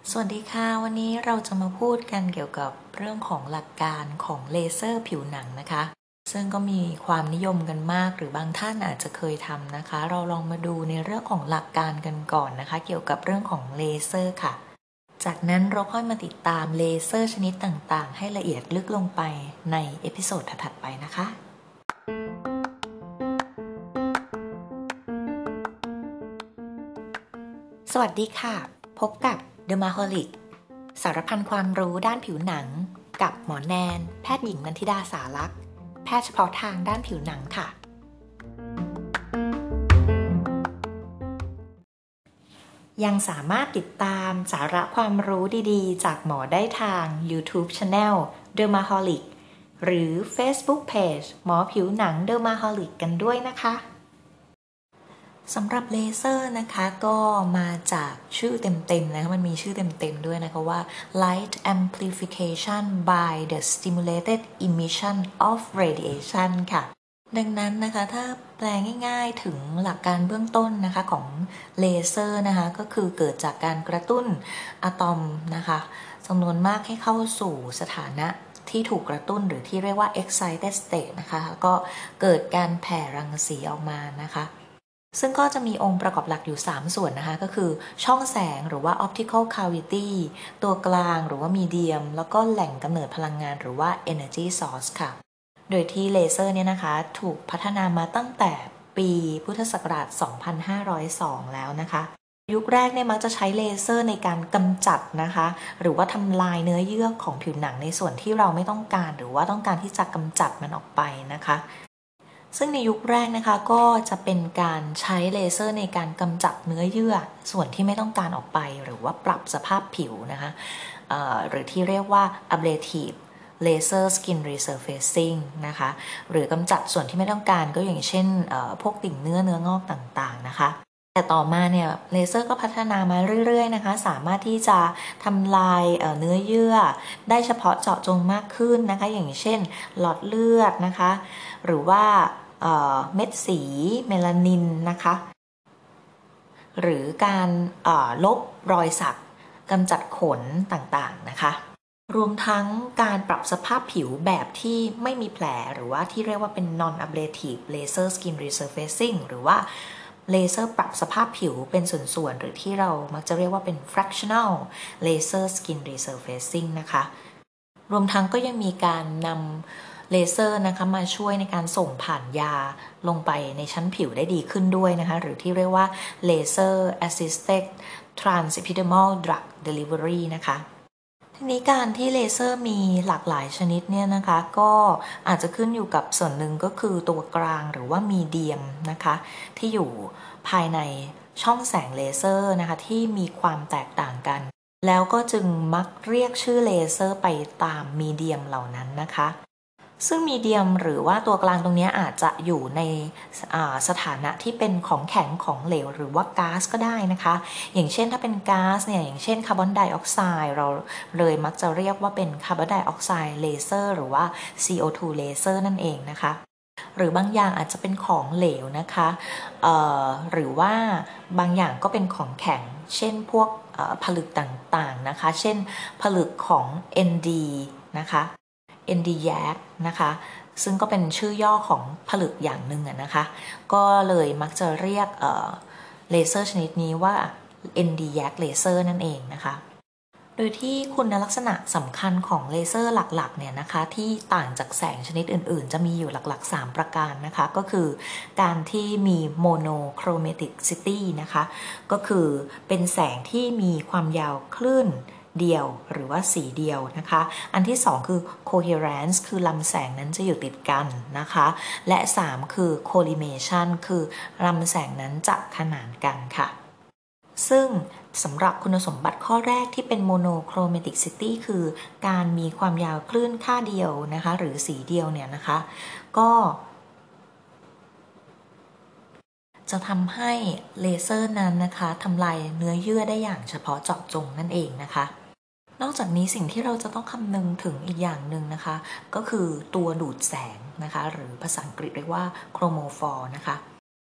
สวัสดีค่ะวันนี้เราจะมาพูดกันเกี่ยวกับเรื่องของหลักการของเลเซอร์ผิวหนังนะคะซึ่งก็มีความนิยมกันมากหรือบางท่านอาจจะเคยทำนะคะเราลองมาดูในเรื่องของหลักการกันก่อนนะคะเกี่ยวกับเรื่องของเลเซอร์ค่ะจากนั้นเราค่อยมาติดตามเลเซอร์ชนิดต่างๆให้ละเอียดลึกลงไปในเอพิโซดถัดๆไปนะคะสวัสดีค่ะพบกับ Dermaholic สารพันความรู้ด้านผิวหนังกับหมอแนนแพทย์หญิงนันทิดาสาลักษณ์แพทย์เฉพาะทางด้านผิวหนังค่ะยังสามารถติดตามสาระความรู้ดีๆจากหมอได้ทาง YouTube Channel Dermaholic หรือ Facebook Page หมอผิวหนัง Dermaholic กันด้วยนะคะสำหรับเลเซอร์นะคะก็มาจากชื่อเต็มๆนะคะมันมีชื่อเต็มๆด้วยนะคะว่า Light Amplification by the Stimulated Emission of Radiation ค่ะดังนั้นนะคะถ้าแปลง่ายๆถึงหลักการเบื้องต้นนะคะของเลเซอร์นะคะก็คือเกิดจากการกระตุ้นอะตอมนะคะจำนวนมากให้เข้าสู่สถานะที่ถูกกระตุ้นหรือที่เรียกว่า excited state นะคะก็เกิดการแผ่รังสีออกมานะคะซึ่งก็จะมีองค์ประกอบหลักอยู่3ส่วนนะคะก็คือช่องแสงหรือว่า optical cavity ตัวกลางหรือว่า medium แล้วก็แหล่งกำเนิดพลังงานหรือว่า energy source ค่ะโดยที่เลเซอร์เนี่ยนะคะถูกพัฒนามาตั้งแต่ปีพุทธศักราช 2502 แล้วนะคะยุคแรกเนี่ยมักจะใช้เลเซอร์ในการกำจัดนะคะหรือว่าทำลายเนื้อเยื่อของผิวหนังในส่วนที่เราไม่ต้องการหรือว่าต้องการที่จะกำจัดมันออกไปนะคะซึ่งในยุคแรกนะคะก็จะเป็นการใช้เลเซอร์ในการกำจัดเนื้อเยื่อส่วนที่ไม่ต้องการออกไปหรือว่าปรับสภาพผิวนะคะหรือที่เรียกว่า ablative laser skin resurfacing นะคะหรือกำจัดส่วนที่ไม่ต้องการก็อย่างเช่นพวกติ่งเนื้องอกต่างๆนะคะแต่ต่อมาเนี่ยเลเซอร์ก็พัฒนามาเรื่อยๆนะคะสามารถที่จะทำลายเนื้อเยื่อได้เฉพาะเจาะจงมากขึ้นนะคะอย่างเช่นหลอดเลือดนะคะหรือว่าเม็ดสีเมลานินนะคะหรือการลบรอยสักกำจัดขนต่างๆนะคะรวมทั้งการปรับสภาพผิวแบบที่ไม่มีแผลหรือว่าที่เรียกว่าเป็น non ablative laser skin resurfacing หรือว่าเลเซอร์ปรับสภาพผิวเป็นส่วนๆหรือที่เรามักจะเรียกว่าเป็น fractional laser skin resurfacing นะคะรวมทั้งก็ยังมีการนำเลเซอร์นะคะมาช่วยในการส่งผ่านยาลงไปในชั้นผิวได้ดีขึ้นด้วยนะคะหรือที่เรียกว่า laser assisted transepidermal drug delivery นะคะทีนี้การที่เลเซอร์มีหลากหลายชนิดเนี่ยนะคะก็อาจจะขึ้นอยู่กับส่วนหนึ่งก็คือตัวกลางหรือว่ามีเดียมนะคะที่อยู่ภายในช่องแสงเลเซอร์นะคะที่มีความแตกต่างกันแล้วก็จึงมักเรียกชื่อเลเซอร์ไปตามมีเดียมเหล่านั้นนะคะซึ่งมีเดียมหรือว่าตัวกลางตรงนี้อาจจะอยู่ในสถานะที่เป็นของแข็งของเหลวหรือว่าก๊าซก็ได้นะคะอย่างเช่นถ้าเป็นก๊าซเนี่ยอย่างเช่นคาร์บอนไดออกไซด์เราเลยมักจะเรียกว่าเป็นคาร์บอนไดออกไซด์เลเซอร์หรือว่า CO2 เลเซอร์นั่นเองนะคะหรือบางอย่างอาจจะเป็นของเหลวนะคะหรือว่าบางอย่างก็เป็นของแข็งเช่นพวกผลึกต่างๆนะคะเช่นผลึกของ ND นะคะ Nd:YAG นะคะซึ่งก็เป็นชื่อย่อของผลึกอย่างหนึ่งนะคะก็เลยมักจะเรียกเลเซอร์ชนิดนี้ว่า Nd:YAG เลเซอร์นั่นเองนะคะโดยที่คุณลักษณะสำคัญของเลเซอร์หลักๆเนี่ยนะคะที่ต่างจากแสงชนิดอื่นๆจะมีอยู่หลักๆ3ประการนะคะก็คือการที่มีโมโนโครเมติกซิตี้นะคะก็คือเป็นแสงที่มีความยาวคลื่นเดียวหรือว่าสีเดียวนะคะอันที่2คือ coherence คือลำแสงนั้นจะอยู่ติดกันนะคะและ3คือ collimation คือลำแสงนั้นจะขนานกันค่ะซึ่งสำหรับคุณสมบัติข้อแรกที่เป็น monochromaticity คือการมีความยาวคลื่นค่าเดียวนะคะหรือสีเดียวเนี่ยนะคะก็จะทำให้เลเซอร์นั้นนะคะทำลายเนื้อเยื่อได้อย่างเฉพาะเจาะจงนั่นเองนะคะนอกจากนี้สิ่งที่เราจะต้องคำนึงถึงอีกอย่างหนึ่งนะคะก็คือตัวดูดแสงนะคะหรือภาษาอังกฤษเรียกว่าโครโมฟอร์นะคะ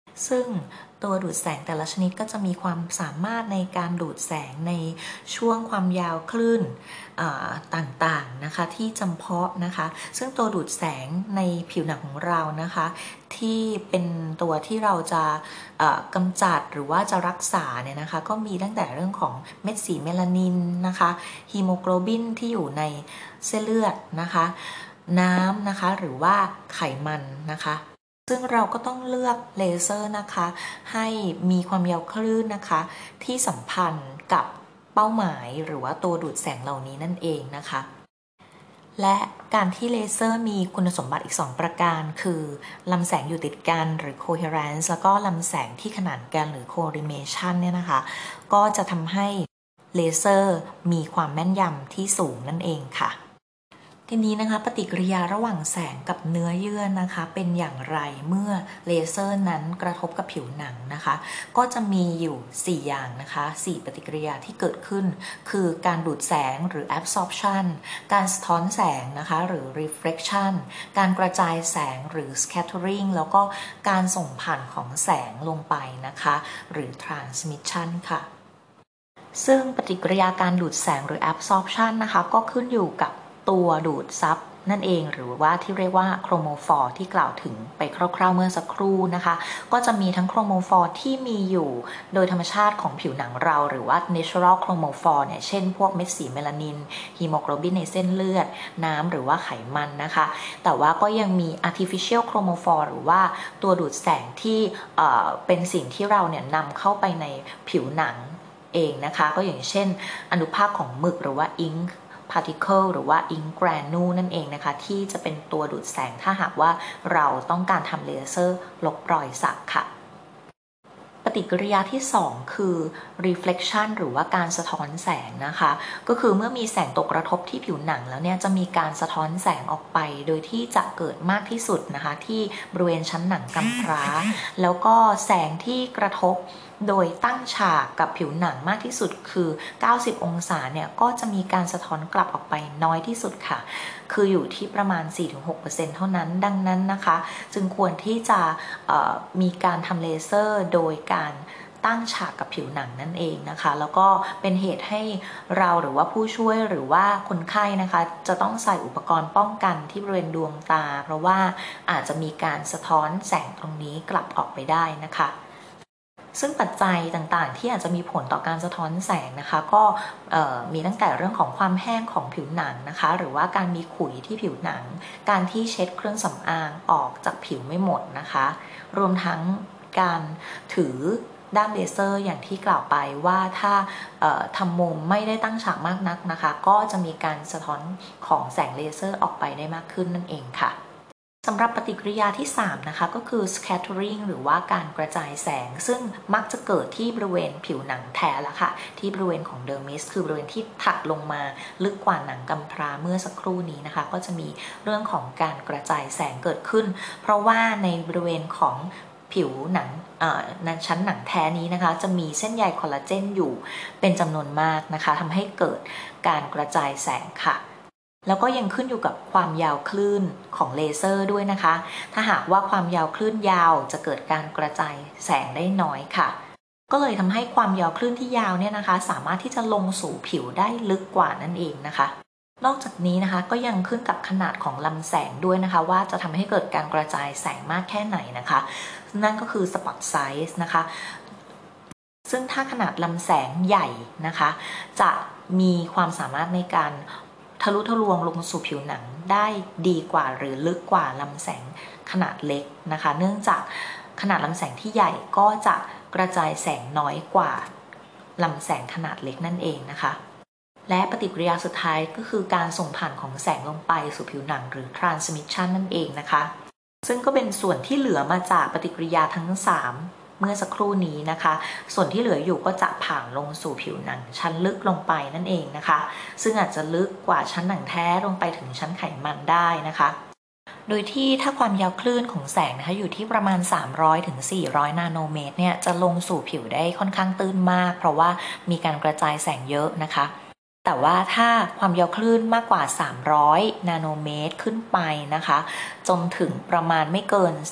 ซึ่งตัวดูดแสงแต่ละชนิดก็จะมีความสามารถในการดูดแสงในช่วงความยาวคลื่นต่างๆนะคะที่จำเพาะนะคะซึ่งตัวดูดแสงในผิวหนังของเรานะคะที่เป็นตัวที่เราจะกำจัดหรือว่าจะรักษาเนี่ยนะคะก็มีตั้งแต่เรื่องของเม็ดสีเมลานินนะคะฮีโมโกลบินที่อยู่ในเส้นเลือดนะคะน้ำนะคะหรือว่าไขมันนะคะซึ่งเราก็ต้องเลือกเลเซอร์นะคะให้มีความยาวคลื่นนะคะที่สัมพันธ์กับเป้าหมายหรือว่าตัวดูดแสงเหล่านี้นั่นเองนะคะและการที่เลเซอร์มีคุณสมบัติอีก2ประการคือลำแสงอยู่ติดกันหรือ coherence แล้วก็ลำแสงที่ขนานกันหรือ collimation เนี่ยนะคะก็จะทำให้เลเซอร์มีความแม่นยำที่สูงนั่นเองค่ะทีนี้นะคะปฏิกิริยาระหว่างแสงกับเนื้อเยื่อนะคะเป็นอย่างไรเมื่อเลเซอร์นั้นกระทบกับผิวหนังนะคะก็จะมีอยู่4อย่างนะคะ4ปฏิกิริยาที่เกิดขึ้นคือการดูดแสงหรือ absorption การสะท้อนแสงนะคะหรือ reflection การกระจายแสงหรือ scattering แล้วก็การส่งผ่านของแสงลงไปนะคะหรือ transmission ค่ะซึ่งปฏิกิริยาการดูดแสงหรือ absorption นะคะก็ขึ้นอยู่กับตัวดูดซับนั่นเองหรือว่าที่เรียกว่าโครโมฟอร์ที่กล่าวถึงไปคร่าวๆเมื่อสักครู่นะคะก็จะมีทั้งโครโมฟอร์ที่มีอยู่โดยธรรมชาติของผิวหนังเราหรือว่า natural chromophore เนี่ยเช่นพวกเม็ดสีเมลานินฮีโมโกลบินในเส้นเลือดน้ำหรือว่าไขมันนะคะแต่ว่าก็ยังมี artificial chromophore หรือว่าตัวดูดแสงที่เป็นสิ่งที่เราเนี่ยนำเข้าไปในผิวหนังเองนะคะก็อย่างเช่นอนุภาคของหมึกหรือว่าอิงค์particle หรือว่า ink granule นั่นเองนะคะที่จะเป็นตัวดูดแสงถ้าหากว่าเราต้องการทำเลเซอร์ลบรอยสักค่ะปฏิกิริยาที่2คือ reflection หรือว่าการสะท้อนแสงนะคะก็คือเมื่อมีแสงตกกระทบที่ผิวหนังแล้วเนี่ยจะมีการสะท้อนแสงออกไปโดยที่จะเกิดมากที่สุดนะคะที่บริเวณชั้นหนังกำพร้าแล้วก็แสงที่กระทบโดยตั้งฉากกับผิวหนังมากที่สุดคือ90องศาเนี่ยก็จะมีการสะท้อนกลับออกไปน้อยที่สุดค่ะคืออยู่ที่ประมาณ 4-6% เท่านั้นดังนั้นนะคะจึงควรที่จะมีการทำเลเซอร์โดยการตั้งฉากกับผิวหนังนั่นเองนะคะแล้วก็เป็นเหตุให้เราหรือว่าผู้ช่วยหรือว่าคนไข้นะคะจะต้องใส่อุปกรณ์ป้องกันที่บริเวณดวงตาเพราะว่าอาจจะมีการสะท้อนแสงตรงนี้กลับออกไปได้นะคะซึ่งปัจจัยต่างๆที่อาจจะมีผลต่อการสะท้อนแสงนะคะก็มีตั้งแต่เรื่องของความแห้งของผิวหนังนะคะหรือว่าการมีขุยที่ผิวหนังการที่เช็ดเครื่องสำอางออกจากผิวไม่หมดนะคะรวมทั้งการถือด้ามเลเซอร์อย่างที่กล่าวไปว่าถ้าทำมุมไม่ได้ตั้งฉากมากนักนะคะก็จะมีการสะท้อนของแสงเลเซอร์ออกไปได้มากขึ้นนั่นเองค่ะสำหรับปฏิกิริยาที่3นะคะก็คือ scattering หรือว่าการกระจายแสงซึ่งมักจะเกิดที่บริเวณผิวหนังแท้ละค่ะที่บริเวณของเดอร์มิสคือบริเวณที่ถัดลงมาลึกกว่าหนังกำพร้าเมื่อสักครู่นี้นะคะก็จะมีเรื่องของการกระจายแสงเกิดขึ้นเพราะว่าในบริเวณของผิวหนังชั้นหนังแท้นี้นะคะจะมีเส้นใยคอลลาเจนอยู่เป็นจำนวนมากนะคะทำให้เกิดการกระจายแสงค่ะแล้วก็ยังขึ้นอยู่กับความยาวคลื่นของเลเซอร์ด้วยนะคะถ้าหากว่าความยาวคลื่นยาวจะเกิดการกระจายแสงได้น้อยค่ะก็เลยทำให้ความยาวคลื่นที่ยาวเนี่ยนะคะสามารถที่จะลงสู่ผิวได้ลึกกว่านั่นเองนะคะนอกจากนี้นะคะก็ยังขึ้นกับขนาดของลำแสงด้วยนะคะว่าจะทำให้เกิดการกระจายแสงมากแค่ไหนนะคะนั่นก็คือ spot size นะคะซึ่งถ้าขนาดลำแสงใหญ่นะคะจะมีความสามารถในการทะลุทะลวงลงสู่ผิวหนังได้ดีกว่าหรือลึกกว่าลำแสงขนาดเล็กนะคะเนื่องจากขนาดลำแสงที่ใหญ่ก็จะกระจายแสงน้อยกว่าลำแสงขนาดเล็กนั่นเองนะคะและปฏิกิริยาสุดท้ายก็คือการส่งผ่านของแสงลงไปสู่ผิวหนังหรือ transmission นั่นเองนะคะซึ่งก็เป็นส่วนที่เหลือมาจากปฏิกิริยาทั้ง3เมื่อสักครู่นี้นะคะส่วนที่เหลืออยู่ก็จะผ่านลงสู่ผิวหนังชั้นลึกลงไปนั่นเองนะคะซึ่งอาจจะลึกกว่าชั้นหนังแท้ลงไปถึงชั้นไขมันได้นะคะโดยที่ถ้าความยาวคลื่นของแสงนะคะอยู่ที่ประมาณ300ถึง400นาโนเมตรเนี่ยจะลงสู่ผิวได้ค่อนข้างตื้นมากเพราะว่ามีการกระจายแสงเยอะนะคะแต่ว่าถ้าความยาวคลื่นมากกว่า300นาโนเมตรขึ้นไปนะคะจนถึงประมาณไม่เกิน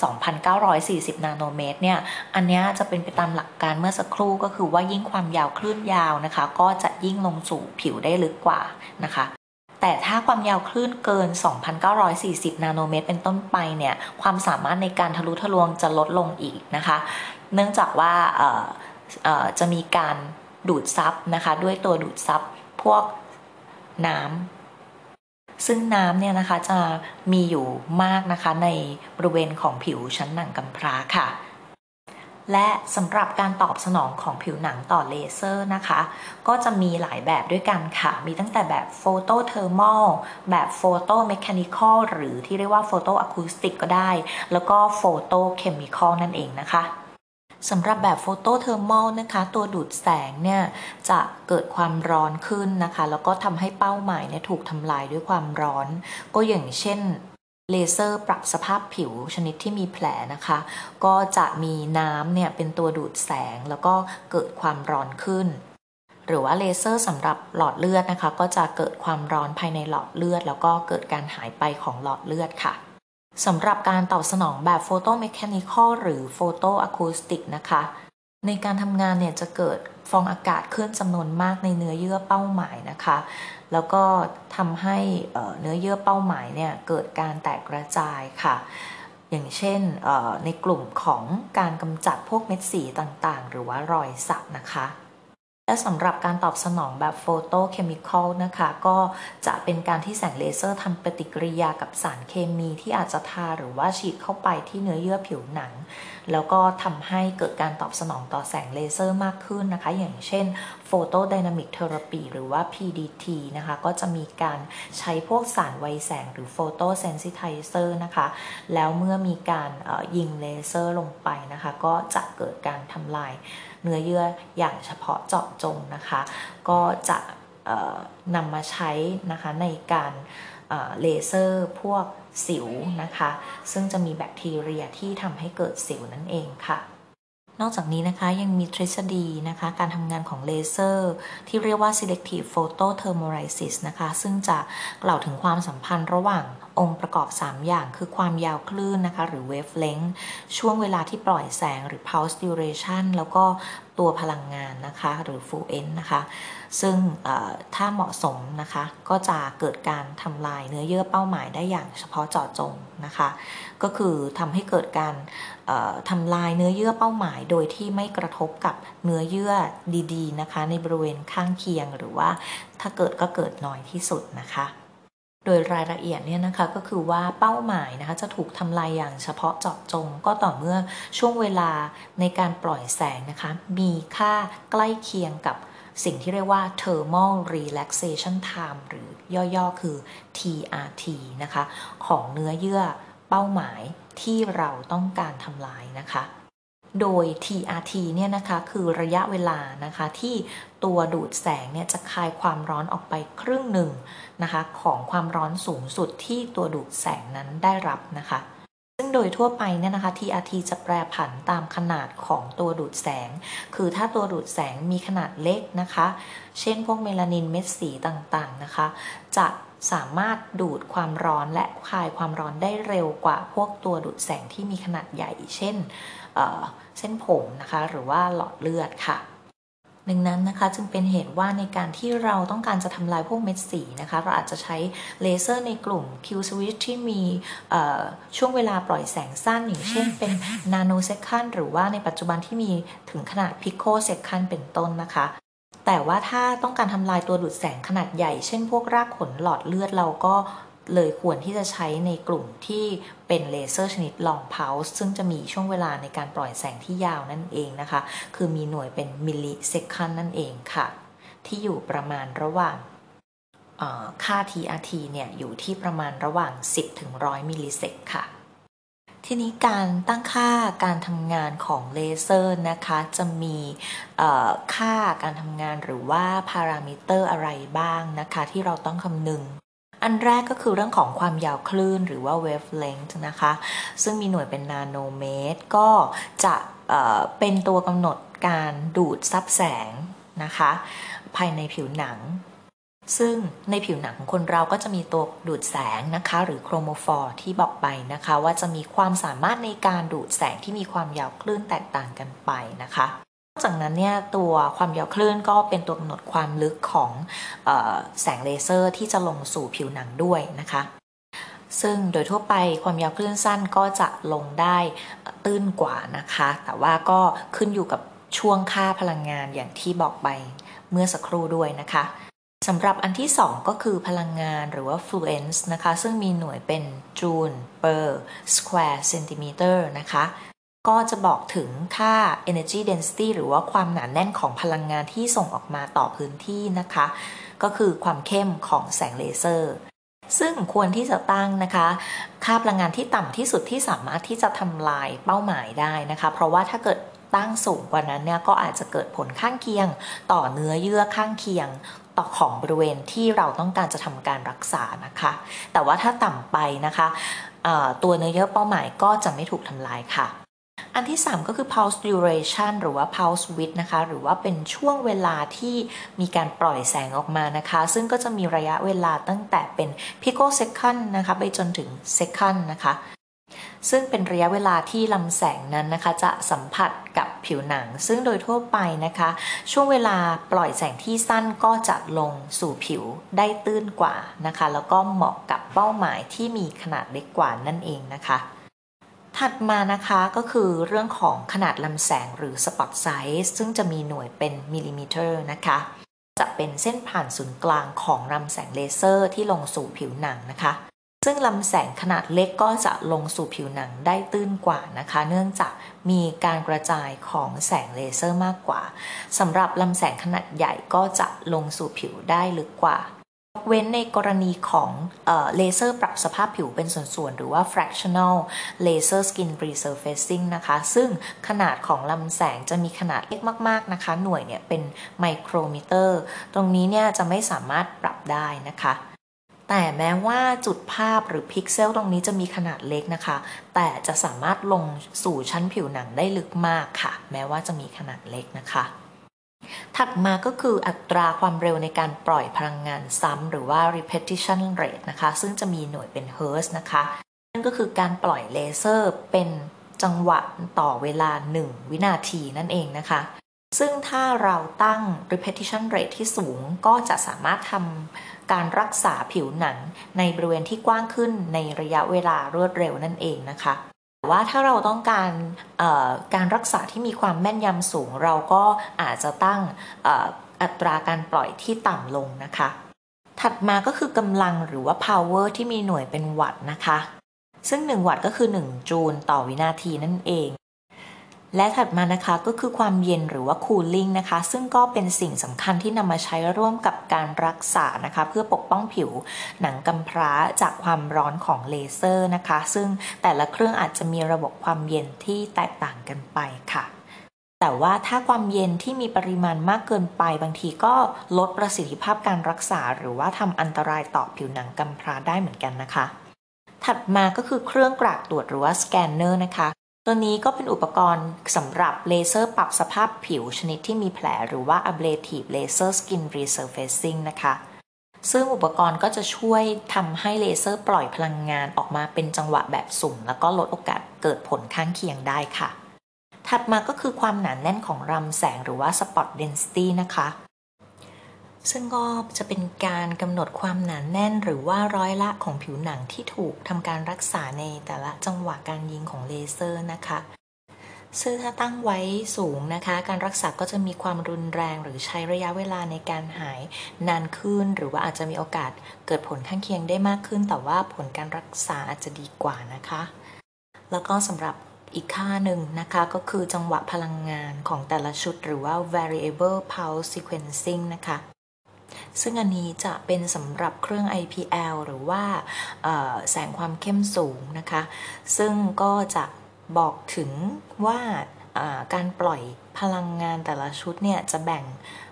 2,940 นาโนเมตรเนี่ยอันนี้จะเป็นไปตามหลักการเมื่อสักครู่ก็คือว่ายิ่งความยาวคลื่นยาวนะคะก็จะยิ่งลงสู่ผิวได้ลึกกว่านะคะแต่ถ้าความยาวคลื่นเกิน 2,940 นาโนเมตรเป็นต้นไปเนี่ยความสามารถในการทะลุทะลวงจะลดลงอีกนะคะเนื่องจากว่าจะมีการดูดซับนะคะด้วยตัวดูดซับพวกน้ำซึ่งน้ำเนี่ยนะคะจะมีอยู่มากนะคะในบริเวณของผิวชั้นหนังกำพร้าค่ะและสำหรับการตอบสนองของผิวหนังต่อเลเซอร์นะคะก็จะมีหลายแบบด้วยกันค่ะมีตั้งแต่แบบโฟโตเทอร์มอลแบบโฟโตเมคานิคอลหรือที่เรียกว่าโฟโตอะคูสติกก็ได้แล้วก็โฟโตเคมีคอลนั่นเองนะคะสำหรับแบบโฟโตเทอร์มอลนะคะตัวดูดแสงเนี่ยจะเกิดความร้อนขึ้นนะคะแล้วก็ทำให้เป้าหมายเนี่ยถูกทำลายด้วยความร้อนก็อย่างเช่นเลเซอร์ปรับสภาพผิวชนิดที่มีแผลนะคะก็จะมีน้ำเนี่ยเป็นตัวดูดแสงแล้วก็เกิดความร้อนขึ้นหรือว่าเลเซอร์สำหรับหลอดเลือดนะคะก็จะเกิดความร้อนภายในหลอดเลือดแล้วก็เกิดการหายไปของหลอดเลือดค่ะสำหรับการตอบสนองแบบโฟโตเมคานิคอลหรือโฟโตอะคูสติกนะคะในการทำงานเนี่ยจะเกิดฟองอากาศขึ้นจำนวนมากในเนื้อเยื่อเป้าหมายนะคะแล้วก็ทำให้เนื้อเยื่อเป้าหมายเนี่ยเกิดการแตกกระจายค่ะอย่างเช่นในกลุ่มของการกำจัดพวกเม็ดสีต่างๆหรือว่ารอยสักนะคะและสำหรับการตอบสนองแบบโฟโตเคมีคอลนะคะก็จะเป็นการที่แสงเลเซอร์ทำปฏิกิริยากับสารเคมีที่อาจจะทาหรือว่าฉีดเข้าไปที่เนื้อเยื่อผิวหนังแล้วก็ทำให้เกิดการตอบสนองต่อแสงเลเซอร์มากขึ้นนะคะอย่างเช่นโฟโตไดนามิกเทอราปีหรือว่า PDT นะคะก็จะมีการใช้พวกสารไวแสงหรือโฟโตเซนซิไทเซอร์นะคะแล้วเมื่อมีการยิงเลเซอร์ลงไปนะคะก็จะเกิดการทำลายเนื้อเยื่ออย่างเฉพาะเจาะจงนะคะก็จะนำมาใช้นะคะในการเลเซอร์พวกสิวนะคะซึ่งจะมีแบคทีเรียที่ทำให้เกิดสิวนั่นเองค่ะนอกจากนี้นะคะยังมีทฤษฎีนะคะการทำงานของเลเซอร์ที่เรียกว่า selective photothermolysis นะคะซึ่งจะกล่าวถึงความสัมพันธ์ระหว่างองค์ประกอบ3อย่างคือความยาวคลื่นนะคะหรือ wavelength ช่วงเวลาที่ปล่อยแสงหรือ pulse duration แล้วก็ตัวพลังงานนะคะหรือ fluence นะคะซึ่งถ้าเหมาะสมนะคะก็จะเกิดการทำลายเนื้อเยื่อเป้าหมายได้อย่างเฉพาะเจาะจงนะคะก็คือทำให้เกิดการทำลายเนื้อเยื่อเป้าหมายโดยที่ไม่กระทบกับเนื้อเยื่อดีๆนะคะในบริเวณข้างเคียงหรือว่าถ้าเกิดก็เกิดน้อยที่สุดนะคะโดยรายละเอียดเนี่ยนะคะก็คือว่าเป้าหมายนะคะจะถูกทำลายอย่างเฉพาะเจาะจงก็ต่อเมื่อช่วงเวลาในการปล่อยแสงนะคะมีค่าใกล้เคียงกับสิ่งที่เรียกว่า thermal relaxation time หรือย่อๆคือ TRT นะคะของเนื้อเยื่อเป้าหมายที่เราต้องการทำลายนะคะโดย TRT เนี่ยนะคะคือระยะเวลานะคะที่ตัวดูดแสงเนี่ยจะคายความร้อนออกไปครึ่งหนึ่งนะคะของความร้อนสูงสุดที่ตัวดูดแสงนั้นได้รับนะคะซึ่งโดยทั่วไปเนี่ยนะคะ TRT จะแปรผันตามขนาดของตัวดูดแสงคือถ้าตัวดูดแสงมีขนาดเล็กนะคะเช่นพวกเมลานินเม็ดสีต่างๆนะคะจะสามารถดูดความร้อนและคายความร้อนได้เร็วกว่าพวกตัวดูดแสงที่มีขนาดใหญ่เช่นเส้นผมนะคะหรือว่าหลอดเลือดค่ะดังนั้นนะคะจึงเป็นเหตุว่าในการที่เราต้องการจะทำลายพวกเม็ดสีนะคะเราอาจจะใช้เลเซอร์ในกลุ่ม Q switch ที่มีช่วงเวลาปล่อยแสงสั้นอย่างเช่นเป็นนาโนเซคันหรือว่าในปัจจุบันที่มีถึงขนาดพิโคเซคันเป็นต้นนะคะแต่ว่าถ้าต้องการทำลายตัวดูดแสงขนาดใหญ่เช่นพวกรากขนหลอดเลือดเราก็เลยควรที่จะใช้ในกลุ่มที่เป็นเลเซอร์ชนิด long pulse ซึ่งจะมีช่วงเวลาในการปล่อยแสงที่ยาวนั่นเองนะคะคือมีหน่วยเป็นมิลลิเซคันนั่นเองค่ะที่อยู่ประมาณระหว่างค่า TRT เนี่ยอยู่ที่ประมาณระหว่าง10ถึง100มิลลิเซกค่ะทีนี้การตั้งค่าการทำงานของเลเซอร์นะคะจะมีค่าการทำงานหรือว่าพารามิเตอร์อะไรบ้างนะคะที่เราต้องคำนึงอันแรกก็คือเรื่องของความยาวคลื่นหรือว่า wavelength นะคะซึ่งมีหน่วยเป็นนาโนเมตรก็จะเป็นตัวกำหนดการดูดซับแสงนะคะภายในผิวหนังซึ่งในผิวหนังของคนเราก็จะมีตัวดูดแสงนะคะหรือโครโมฟอร์ที่บอกไปนะคะว่าจะมีความสามารถในการดูดแสงที่มีความยาวคลื่นแตกต่างกันไปนะคะนอกจากนั้นเนี่ยตัวความยาวคลื่นก็เป็นตัวกำหนดความลึกของแสงเลเซอร์ที่จะลงสู่ผิวหนังด้วยนะคะซึ่งโดยทั่วไปความยาวคลื่นสั้นก็จะลงได้ตื้นกว่านะคะแต่ว่าก็ขึ้นอยู่กับช่วงค่าพลังงานอย่างที่บอกไปเมื่อสักครู่ด้วยนะคะสำหรับอันที่2ก็คือพลังงานหรือว่า fluence นะคะซึ่งมีหน่วยเป็น joule per square centimeter นะคะก็จะบอกถึงค่า energy density หรือว่าความหนาแน่นของพลังงานที่ส่งออกมาต่อพื้นที่นะคะก็คือความเข้มของแสงเลเซอร์ซึ่งควรที่จะตั้งนะคะค่าพลังงานที่ต่ำที่สุดที่สามารถที่จะทำลายเป้าหมายได้นะคะเพราะว่าถ้าเกิดตั้งสูงกว่านั้นเนี่ยก็อาจจะเกิดผลข้างเคียงต่อเนื้อเยื่อข้างเคียงต่อของบริเวณที่เราต้องการจะทำการรักษานะคะแต่ว่าถ้าต่ำไปนะคะตัวเนื้อเยื่อเป้าหมายก็จะไม่ถูกทำลายค่ะอันที่3ก็คือ pulse duration หรือว่า pulse width นะคะหรือว่าเป็นช่วงเวลาที่มีการปล่อยแสงออกมานะคะซึ่งก็จะมีระยะเวลาตั้งแต่เป็น picosecond นะคะไปจนถึง second นะคะซึ่งเป็นระยะเวลาที่ลำแสงนั้นนะคะจะสัมผัสกับผิวหนังซึ่งโดยทั่วไปนะคะช่วงเวลาปล่อยแสงที่สั้นก็จะลงสู่ผิวได้ตื้นกว่านะคะแล้วก็เหมาะกับเป้าหมายที่มีขนาดเล็กกว่านั่นเองนะคะถัดมานะคะก็คือเรื่องของขนาดลำแสงหรือ spot size ซึ่งจะมีหน่วยเป็นมิลลิเมตรนะคะจะเป็นเส้นผ่านศูนย์กลางของลำแสงเลเซอร์ที่ลงสู่ผิวหนังนะคะซึ่งลำแสงขนาดเล็กก็จะลงสู่ผิวหนังได้ตื้นกว่านะคะเนื่องจากมีการกระจายของแสงเลเซอร์มากกว่าสำหรับลำแสงขนาดใหญ่ก็จะลงสู่ผิวได้ลึกกว่าเว้นในกรณีของเลเซอร์ปรับสภาพผิวเป็นส่วนๆหรือว่า fractional laser skin resurfacing นะคะซึ่งขนาดของลำแสงจะมีขนาดเล็กมากๆนะคะหน่วยเนี่ยเป็นไมโครมิเตอร์ตรงนี้เนี่ยจะไม่สามารถปรับได้นะคะแต่แม้ว่าจุดภาพหรือพิกเซลตรงนี้จะมีขนาดเล็กนะคะแต่จะสามารถลงสู่ชั้นผิวหนังได้ลึกมากค่ะแม้ว่าจะมีขนาดเล็กนะคะถัดมาก็คืออัตราความเร็วในการปล่อยพลังงานซ้ำหรือว่า repetition rate นะคะซึ่งจะมีหน่วยเป็น Hertz นะคะนั่นก็คือการปล่อยเลเซอร์เป็นจังหวะต่อเวลา1วินาทีนั่นเองนะคะซึ่งถ้าเราตั้ง repetition rate ที่สูงก็จะสามารถทำการรักษาผิวหนังในบริเวณที่กว้างขึ้นในระยะเวลารวดเร็วนั่นเองนะคะแต่ว่าถ้าเราต้องการการรักษาที่มีความแม่นยำสูงเราก็อาจจะตั้งอัตราการปล่อยที่ต่ำลงนะคะถัดมาก็คือกำลังหรือว่า power ที่มีหน่วยเป็นวัตต์นะคะซึ่ง1วัตต์ก็คือ1จูลต่อวินาทีนั่นเองและถัดมานะคะก็คือความเย็นหรือว่า cooling นะคะซึ่งก็เป็นสิ่งสำคัญที่นำมาใช้ร่วมกับการรักษานะคะเพื่อปกป้องผิวหนังกำพร้าจากความร้อนของเลเซอร์นะคะซึ่งแต่ละเครื่องอาจจะมีระบบความเย็นที่แตกต่างกันไปค่ะแต่ว่าถ้าความเย็นที่มีปริมาณมากเกินไปบางทีก็ลดประสิทธิภาพการรักษาหรือว่าทำอันตรายต่อผิวหนังกำพร้าได้เหมือนกันนะคะถัดมาก็คือเครื่องกรากตรวจหรือว่าสแกนเนอร์นะคะตัวนี้ก็เป็นอุปกรณ์สำหรับเลเซอร์ปรับสภาพผิวชนิดที่มีแผลหรือว่า ablative laser skin resurfacing นะคะซึ่งอุปกรณ์ก็จะช่วยทำให้เลเซอร์ปล่อยพลังงานออกมาเป็นจังหวะแบบสุ่มแล้วก็ลดโอกาสเกิดผลข้างเคียงได้ค่ะถัดมาก็คือความหนาแน่นของลำแสงหรือว่า spot density นะคะซึ่งก็จะเป็นการกำหนดความหนาแน่นหรือว่าร้อยละของผิวหนังที่ถูกทำการรักษาในแต่ละจังหวะการยิงของเลเซอร์นะคะซึ่งถ้าตั้งไว้สูงนะคะการรักษาก็จะมีความรุนแรงหรือใช้ระยะเวลาในการหายนานขึ้นหรือว่าอาจจะมีโอกาสเกิดผลข้างเคียงได้มากขึ้นแต่ว่าผลการรักษาอาจจะดีกว่านะคะแล้วก็สำหรับอีกค่าหนึ่งนะคะก็คือจังหวะพลังงานของแต่ละชุดหรือว่า variable pulse sequencing นะคะซึ่งอันนี้จะเป็นสำหรับเครื่อง IPL หรือว่าแสงความเข้มสูงนะคะซึ่งก็จะบอกถึงว่าการปล่อยพลังงานแต่ละชุดเนี่ยจะแบ่ง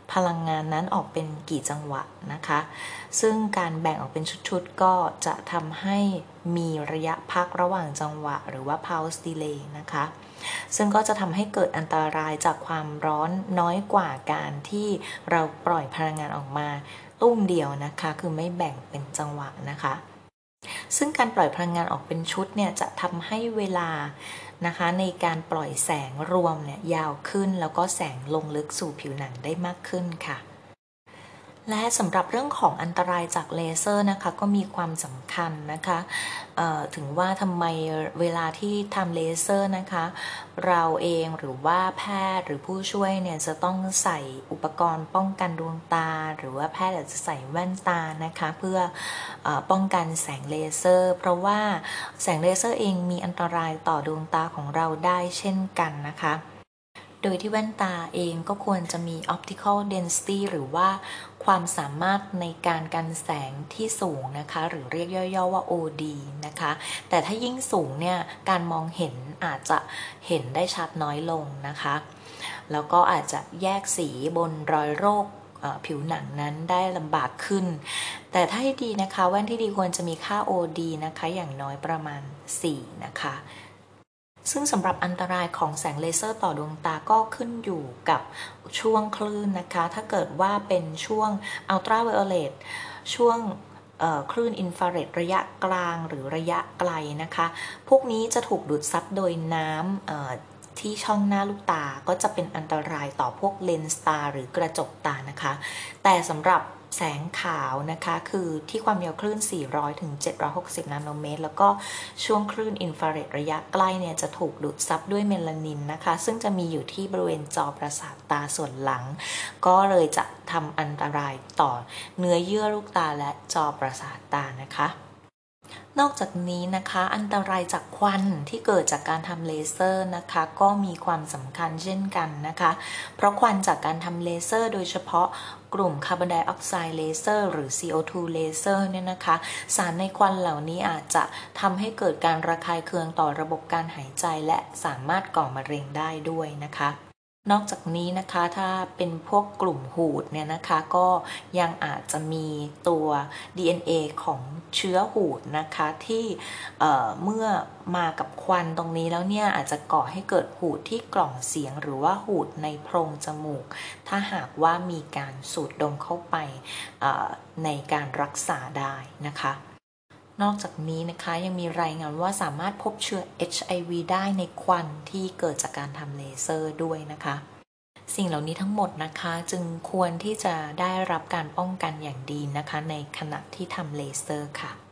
พลังงานนั้นออกเป็นกี่จังหวะนะคะซึ่งการแบ่งออกเป็นชุดๆก็จะทำให้มีระยะพักระหว่างจังหวะหรือว่า pulse delay นะคะซึ่งก็จะทำให้เกิดอันตรายจากความร้อนน้อยกว่าการที่เราปล่อยพลังงานออกมาตุ้มเดียวนะคะคือไม่แบ่งเป็นจังหวะนะคะซึ่งการปล่อยพลังงานออกเป็นชุดเนี่ยจะทำให้เวลานะคะในการปล่อยแสงรวมเนี่ยยาวขึ้นแล้วก็แสงลงลึกสู่ผิวหนังได้มากขึ้นค่ะและสำหรับเรื่องของอันตรายจากเลเซอร์นะคะก็มีความสำคัญนะคะถึงว่าทำไมเวลาที่ทำเลเซอร์นะคะเราเองหรือว่าแพทย์หรือผู้ช่วยเนี่ยจะต้องใส่อุปกรณ์ป้องกันดวงตาหรือว่าแพทย์อาจจะใส่แว่นตานะคะเพื่อป้องกันแสงเลเซอร์เพราะว่าแสงเลเซอร์เองมีอันตรายต่อดวงตาของเราได้เช่นกันนะคะโดยที่แว่นตาเองก็ควรจะมี optical density หรือว่าความสามารถในการกันแสงที่สูงนะคะหรือเรียกย่อๆว่า OD นะคะแต่ถ้ายิ่งสูงเนี่ยการมองเห็นอาจจะเห็นได้ชัดน้อยลงนะคะแล้วก็อาจจะแยกสีบนรอยโรคผิวหนังนั้นได้ลำบากขึ้นแต่ถ้าให้ดีนะคะแว่นที่ดีควรจะมีค่า OD นะคะอย่างน้อยประมาณ4นะคะซึ่งสำหรับอันตรายของแสงเลเซอร์ต่อดวงตาก็ขึ้นอยู่กับช่วงคลื่นนะคะถ้าเกิดว่าเป็นช่วงอัลตราไวโอเลตช่วงคลื่นอินฟราเรดระยะกลางหรือระยะไกลนะคะพวกนี้จะถูกดูดซับโดยน้ำที่ช่องหน้าลูกตาก็จะเป็นอันตรายต่อพวกเลนส์ตาหรือกระจกตานะคะแต่สำหรับแสงขาวนะคะคือที่ความยาวคลื่น400ถึง760นาโนเมตรแล้วก็ช่วงคลื่นอินฟราเรดระยะใกล้เนี่ยจะถูกดูดซับด้วยเมลานินนะคะซึ่งจะมีอยู่ที่บริเวณจอประสาทตาส่วนหลังก็เลยจะทำอันตรายต่อเนื้อเยื่อลูกตาและจอประสาทตานะคะนอกจากนี้นะคะอันตรายจากควันที่เกิดจากการทำเลเซอร์นะคะก็มีความสำคัญเช่นกันนะคะเพราะควันจากการทำเลเซอร์โดยเฉพาะกลุ่มคาร์บอนไดออกไซด์เลเซอร์หรือ CO2 เลเซอร์เนี่ยนะคะสารในควันเหล่านี้อาจจะทำให้เกิดการระคายเคืองต่อระบบการหายใจและสามารถก่อมะเร็งได้ด้วยนะคะนอกจากนี้นะคะถ้าเป็นพวกกลุ่มหูดเนี่ยนะคะก็ยังอาจจะมีตัว DNA ของเชื้อหูดนะคะที่เมื่อมากับควันตรงนี้แล้วเนี่ยอาจจะก่อให้เกิดหูดที่กล่องเสียงหรือว่าหูดในโพรงจมูกถ้าหากว่ามีการสูดดมเข้าไปในการรักษาได้นะคะนอกจากนี้นะคะยังมีรายงานว่าสามารถพบเชื้อ HIV ได้ในควันที่เกิดจากการทำเลเซอร์ด้วยนะคะสิ่งเหล่านี้ทั้งหมดนะคะจึงควรที่จะได้รับการป้องกันอย่างดีนะคะในขณะที่ทำเลเซอร์ค่ะ